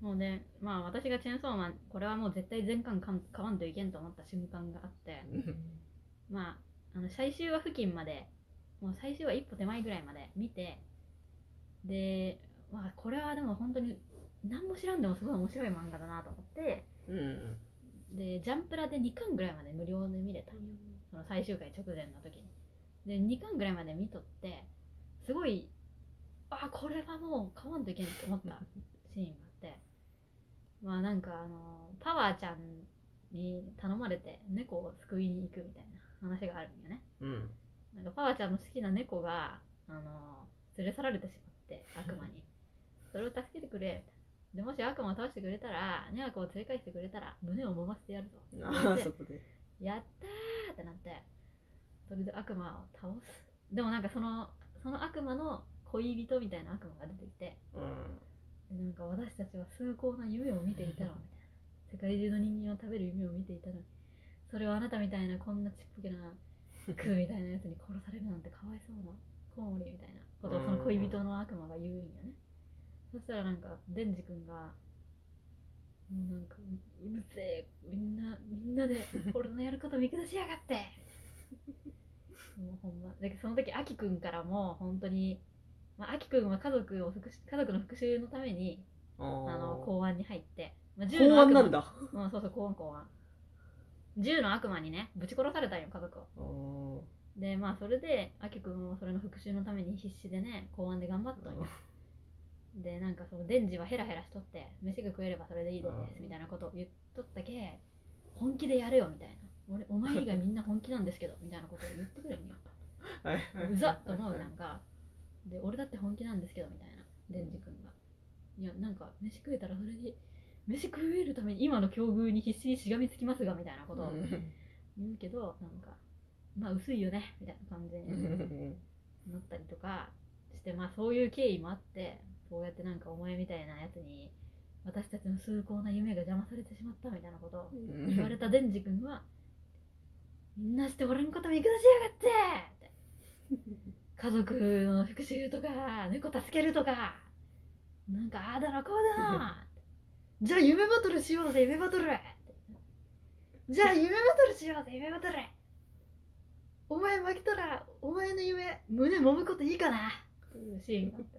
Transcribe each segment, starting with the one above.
もうね、まあ私がチェーンソーマン、これはもう絶対全巻買わんといけんと思った瞬間があって、まあ、最終話付近まで、もう最終話一歩手前ぐらいまで見て、で、まあこれはでも本当に何も知らんでもすごい面白い漫画だなと思って、で、ジャンプラで2巻ぐらいまで無料で見れたんよ。その最終回直前の時に。で、2巻ぐらいまで見とって、すごい、これはもう買わんといけんと思ったシーンがあって、まあなんかパワーちゃんに頼まれて猫を救いに行くみたいな話があるんよね。なんかパワーちゃんの好きな猫が連れ去られてしまって悪魔にそれを助けてくれで、もし悪魔を倒してくれたらニャーコを連れ返してくれたら胸を揉ませてやるぞそこでやったーってなって、それで悪魔を倒す。でもなんかその悪魔の恋人みたいな悪魔が出てきて、なんか私たちは崇高な夢を見ていたのみたいな、世界中の人間を食べる夢を見ていたのに、それをあなたみたいなこんなちっぽけなクーみたいなやつに殺されるなんてかわいそうなコウモリみたいなことをその恋人の悪魔が言うんよね。そしたらなんかデンジ君がもうなんかうるせえ、みんなで俺のやること見下しやがってもうほんまだけどその時アキ君からも本当に、まあ、アキ君は家族の復讐のために公安に入って、まあ、 公安なんだ。 そうそう、公安銃の悪魔にねぶち殺されたんよ家族を。でまあそれでアキ君もそれの復讐のために必死でね公安で頑張っとんよ。でなんかそのデンジはヘラヘラしとって飯が食えればそれでいいですみたいなことを言っとったけ、本気でやれよみたいな、お前以外みんな本気なんですけどみたいなことを言ってくれんよ。うざっと思うじゃんか。で俺だって本気なんですけどみたいなデンジ君が、いやなんか飯食えたらそれで飯食えるために今の境遇に必死にしがみつきますがみたいなことを言うけど、なんかまあ薄いよねみたいな感じになったりとかして、まあそういう経緯もあって、そうやってなんかお前みたいなやつに私たちの崇高な夢が邪魔されてしまったみたいなことを言われたデンジ君は、みんなして俺のこと見下しやがって家族の復讐とか猫助けるとかなんかああだなこうだなじゃあ夢バトルしようぜ夢バトルじゃあ夢バトルしようぜ夢バトル、お前負けたらお前の夢胸揉むこといいかなというシーンがあった。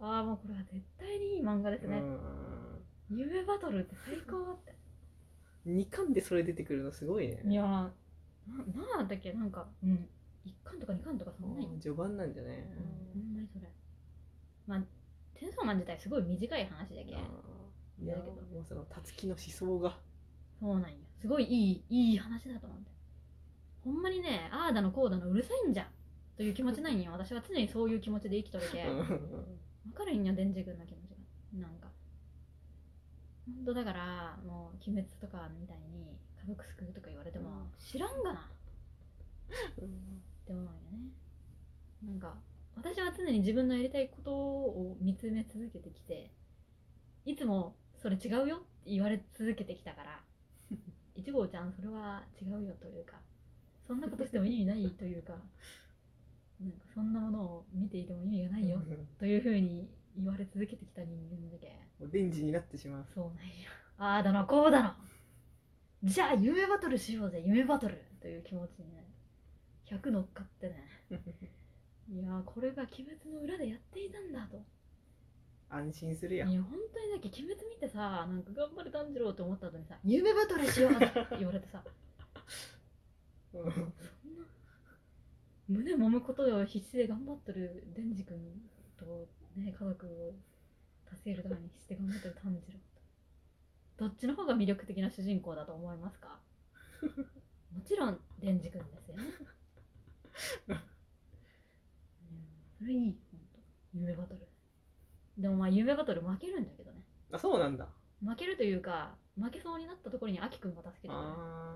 もうこれは絶対にいい漫画ですね。夢バトルって最高だって。 2巻でそれ出てくるのすごいね。 いやなんだっけ、なんか1巻とか2巻とかそんなに序盤なんじゃね。 ほんまにそれ。まあテンソーマン自体すごい短い話だけ。 いやけどもうそのたつきの思想がそうなんや、すごいいい話だと思って。ほんまにね、ああだのこうだのうるさいんじゃんという気持ちないんよ。私は常にそういう気持ちで生きとるけわかるんよ、デンジ君の気持ちが。なんかほんとだから、もう鬼滅とかみたいに家族救うとか言われても知らんがなって思うよね。なんか私は常に自分のやりたいことを見つめ続けてきて、いつもそれ違うよって言われ続けてきたから1号ちゃんそれは違うよというか、そんなことしても意味ないというか、なんかそんなものを見ていても意味がないよというふうに言われ続けてきた人間だけデンジになってしまう。 そうなんよ。ああだのこうだのじゃあ夢バトルしようぜ夢バトルという気持ちにね100乗っかってねいやこれが鬼滅の裏でやっていたんだと安心するやん。 いや本当にだけ鬼滅見てさ、なんか頑張れ炭治郎と思った後にさ夢バトルしようって言われてさそんな胸揉むことを必死で頑張ってるデンジ君とね家族を助けるために必死で頑張ってる炭治郎、どっちの方が魅力的な主人公だと思いますか？もちろんデンジ君ですよね。それいい、ほんと夢バトル。でもまあ夢バトル負けるんだけどね。 あ、そうなんだ。 負けるというか負けそうになったところにアキ君が助けてくれる。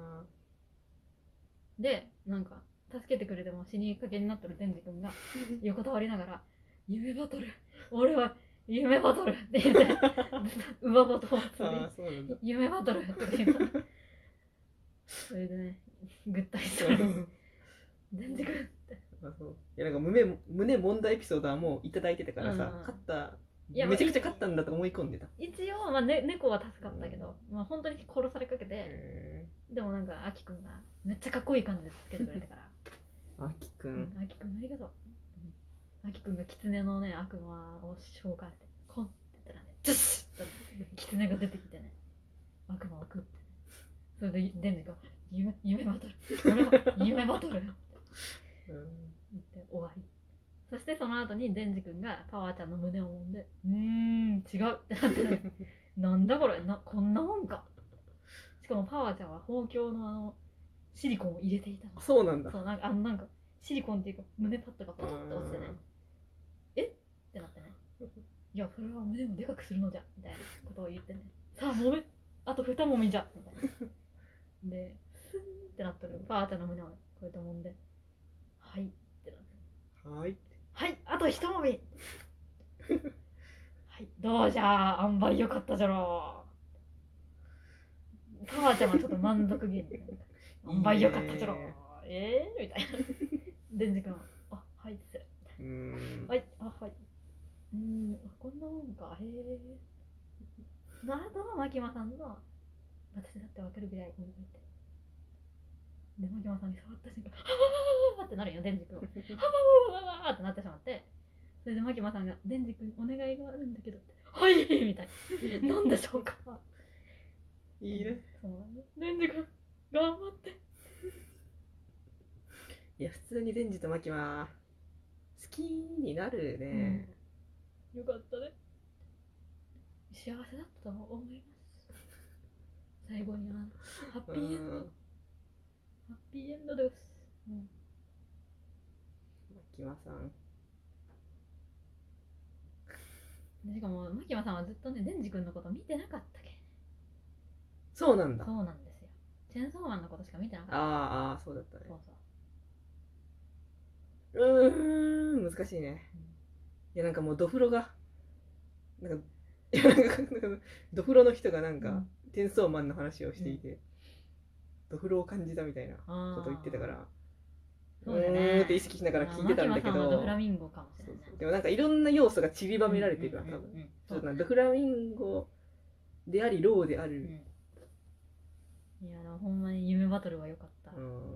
でなんか助けてくれても死にかけになってるデンジ君が横たわりながら夢バトル俺は夢バトルって言って馬バトル夢バトルって言ってそれでねグッタリしたデンジ君っていやなんか胸問題エピソードはもういただいてたからさ、勝ったいやめちゃくちゃ勝ったんだと思い込んでた。 一応、まあ猫は助かったけど、まあ本当に殺されかけて、 へでもなんかアキくんがめっちゃかっこいい感じでつけてくれたからーあきくん。 アキくんありがとう。アキくんが狐のね悪魔を召喚してコンって言ったらね、ジュッシュッと狐が出てきてね、悪魔を食ってね、それでデンジが夢バトル、俺は夢バトルって言って終わり。そしてその後にデンジ君がパワーちゃんの胸を揉んで、違うってなってね、なんだこれこんなもんか。しかもパワーちゃんは包協のシリコンを入れていたの。 そうなんだ。 そうなんかシリコンっていうか胸パッドがポトッと落ちてね、えってなってね、いやそれは胸をでかくするのじゃみたいなことを言ってね、さあ揉め、あと2揉みじゃみたいな。でスンってなってるパワーちゃんの胸をこうやって揉んで、はいってなって、 はい。 はい、あと一揉みはい、どうじゃあ、塩梅よかったじゃろう。パワーちゃんはちょっと満足げに塩梅よかったじゃろう。みたいな。デンジ君は、あ、はいっす。はい、あ、はい。こんなもんか、なるほど、マキマさんの、私だってわかるぐらい覚えて。で、マキマさんに触った瞬間、はぁーってなるよ、デンジ君は。はぁーってなってしまって。それでマキマさんが、デンジ君お願いがあるんだけどって、はいみたいな。なんでしょうか。 いいね。 そうデンジ君、頑張って。 いや、普通にデンジとマキは好きになるね。 よかったね。幸せだったと思います。最後にはハッピーエンド。ハッピーエンドです。 マキマさん。 しかも、マキマさんはずっとね、デンジ君のこと見てなかったけ。 そうなんだ。 そうなんですよ。チェンソーマンのことしか見てなかった。 ああ、そうだったね。 そうそう。 難しいね。いや、なんかもうドフロが、なんか、いやなんかドフロの人がなんか、チェンソーマンの話をしていて、ドフロを感じたみたいなことを言ってたから、 そうだねって意識しながら聞いてたんだけど、 ドフラミンゴかもしれない、ね。 そうでもなんかいろんな要素が散りばめられてるから、多分。ちょっとドフラミンゴであり、ローである。いや、ほんまに夢バトルは良かった。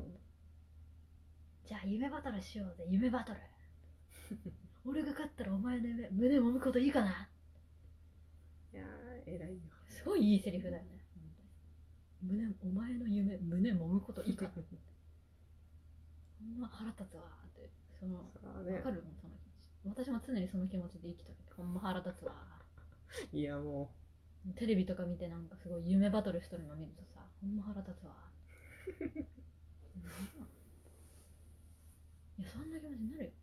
じゃあ夢バトルしようぜ、夢バトル。俺が勝ったらお前の胸揉むこといいかな。 いやー、偉いよ。 すごいいいセリフだよね。お前の夢、胸揉むこといいかな。そんな腹立つわって。わかるもん、その気持ち。私も常にその気持ちで生きとる。ほんま腹立つわ。 いや、もう。テレビとか見てなんかすごい夢バトルしとるの見るとさ、ほんま腹立つわ。いや、そんな気持ちになるよ。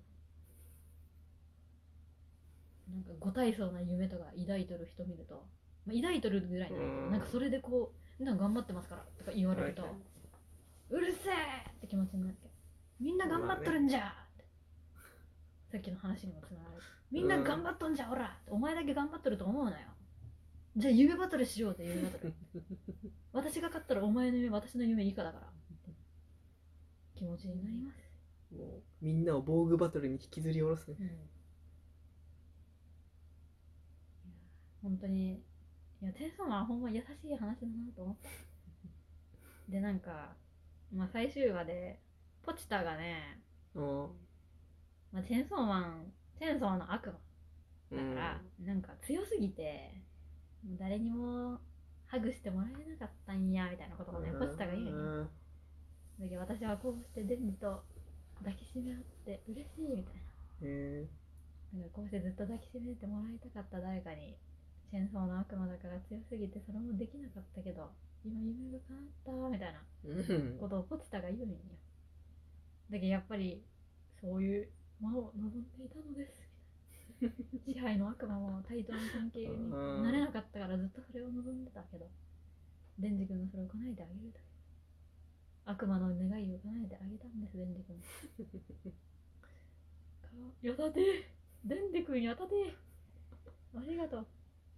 なんか五体操な夢とか抱いとる人見ると、まあ、抱いとるぐらいなんなんかそれでこう、なんか頑張ってますからとか言われると、うるせえって気持ちになって、みんな頑張っとるんじゃって、さっきの話にもつながる。みんな頑張っとんじゃ、ほらお前だけ頑張っとると思うなよ。じゃあ夢バトルしようぜ、夢バトル。私が勝ったらお前の夢、私の夢以下だから気持ちになります。 もうみんなを防具バトルに引きずり下ろすね。 本当に、いや、テンソンはほんま優しい話だなと思った。で、なんか、まあ最終話で、ポチタがね、まあ、チェンソーの悪魔だから、なんか強すぎて、もう誰にもハグしてもらえなかったんやみたいなことをね、ポチタが言うんよ。だけど私はこうしてデンジと抱きしめ合って嬉しいみたいな。なんかこうしてずっと抱きしめてもらいたかった誰かに、チェンソーの悪魔だから強すぎてそれもできなかったけど、今夢が叶ったみたいなことをポチタが言うんよ。だけどやっぱりそういうものを望んでいたのです。支配の悪魔も対等な関係になれなかったからずっとそれを望んでたけど、デンジ君がそれを叶えてあげるだけ。悪魔の願いを叶えてあげたんです、デンジ君。やだて、デンジ君やだて。ありがとう。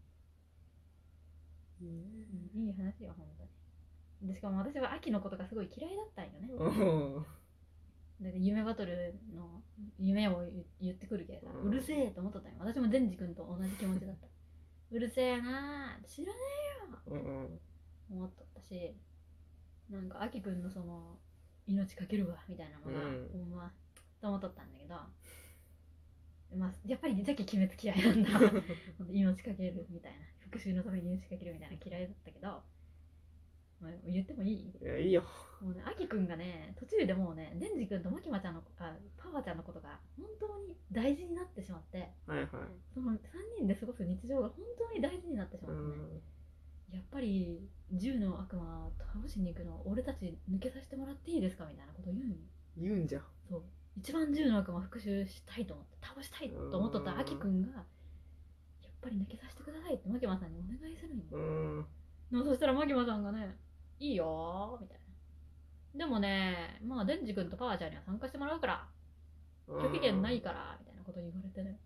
いい話よ、本当に。でしかも私は秋のことがすごい嫌いだったんよね。 だから夢バトルの夢を言ってくるけど、 うんうるせえと思っとったんよ。私もデンジ君と同じ気持ちだった。うるせえなー、知らねえよ思っとったし、なんかアキ君のその命かけるわみたいなのが、ほんまと思っとったんだけど、まあ、やっぱりジャケ決めつ嫌いなんだ。命かけるみたいな、復讐のために命かけるみたいな嫌いだったけど、まあ、言ってもいい？ いや、いいよ。 もうね、アキくんがね、途中でもうね、デンジ君とマキマちゃんの、パワちゃんのことが本当に大事になってしまって、 はいはい。 その3人で過ごす日常が本当に大事になってしまってね、やっぱり10の悪魔倒しに行くの俺たち抜けさせてもらっていいですかみたいなこと言うんじゃん。 そう。一番10の悪魔復讐したいと思って、倒したいと思っとったアキくんが、やっぱり抜けさせてくださいってマキマさんにお願いするんよ。でもそしたらマキマさんがね、いいよーみたいな。でもね、まあデンジ君とパワーちゃんには参加してもらうから、拒否権ないからみたいなこと言われてね、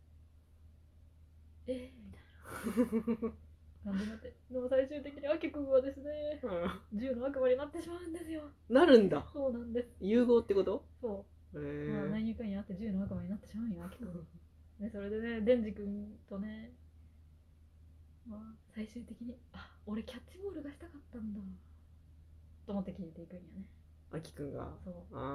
みたいな感じになって、でも最終的にアキくんはですね、10の悪魔になってしまうんですよ。 なるんだ。 そうなんです。 融合ってこと？ そう。まあ何やかんやあって10の悪魔になってしまうんよ、アキくん。でそれでね、デンジ君とね、まあ最終的に、あ、俺キャッチボールがしたかったんだと思って消えていくんよね。 アキくんが。 そう。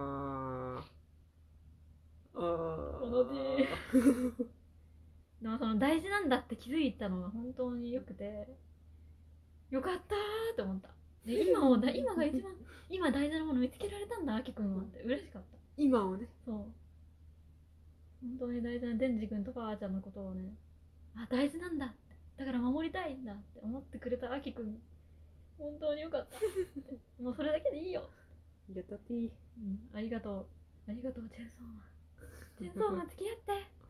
同じ。でもその大事なんだって気づいたのが本当によくて、よかったーって思った。で今が一番今大事なもの見つけられたんだ、アキくんはって嬉しかった。 今をね。 そう。本当に大事なデンジ君とパワーちゃんのことをね、あ、大事なんだって、だから守りたいんだって思ってくれたアキ君、本当によかった。もうそれだけでいいよ。 やったっていい。 ありがとうチェンソーマン。チェンソーマン付き合って。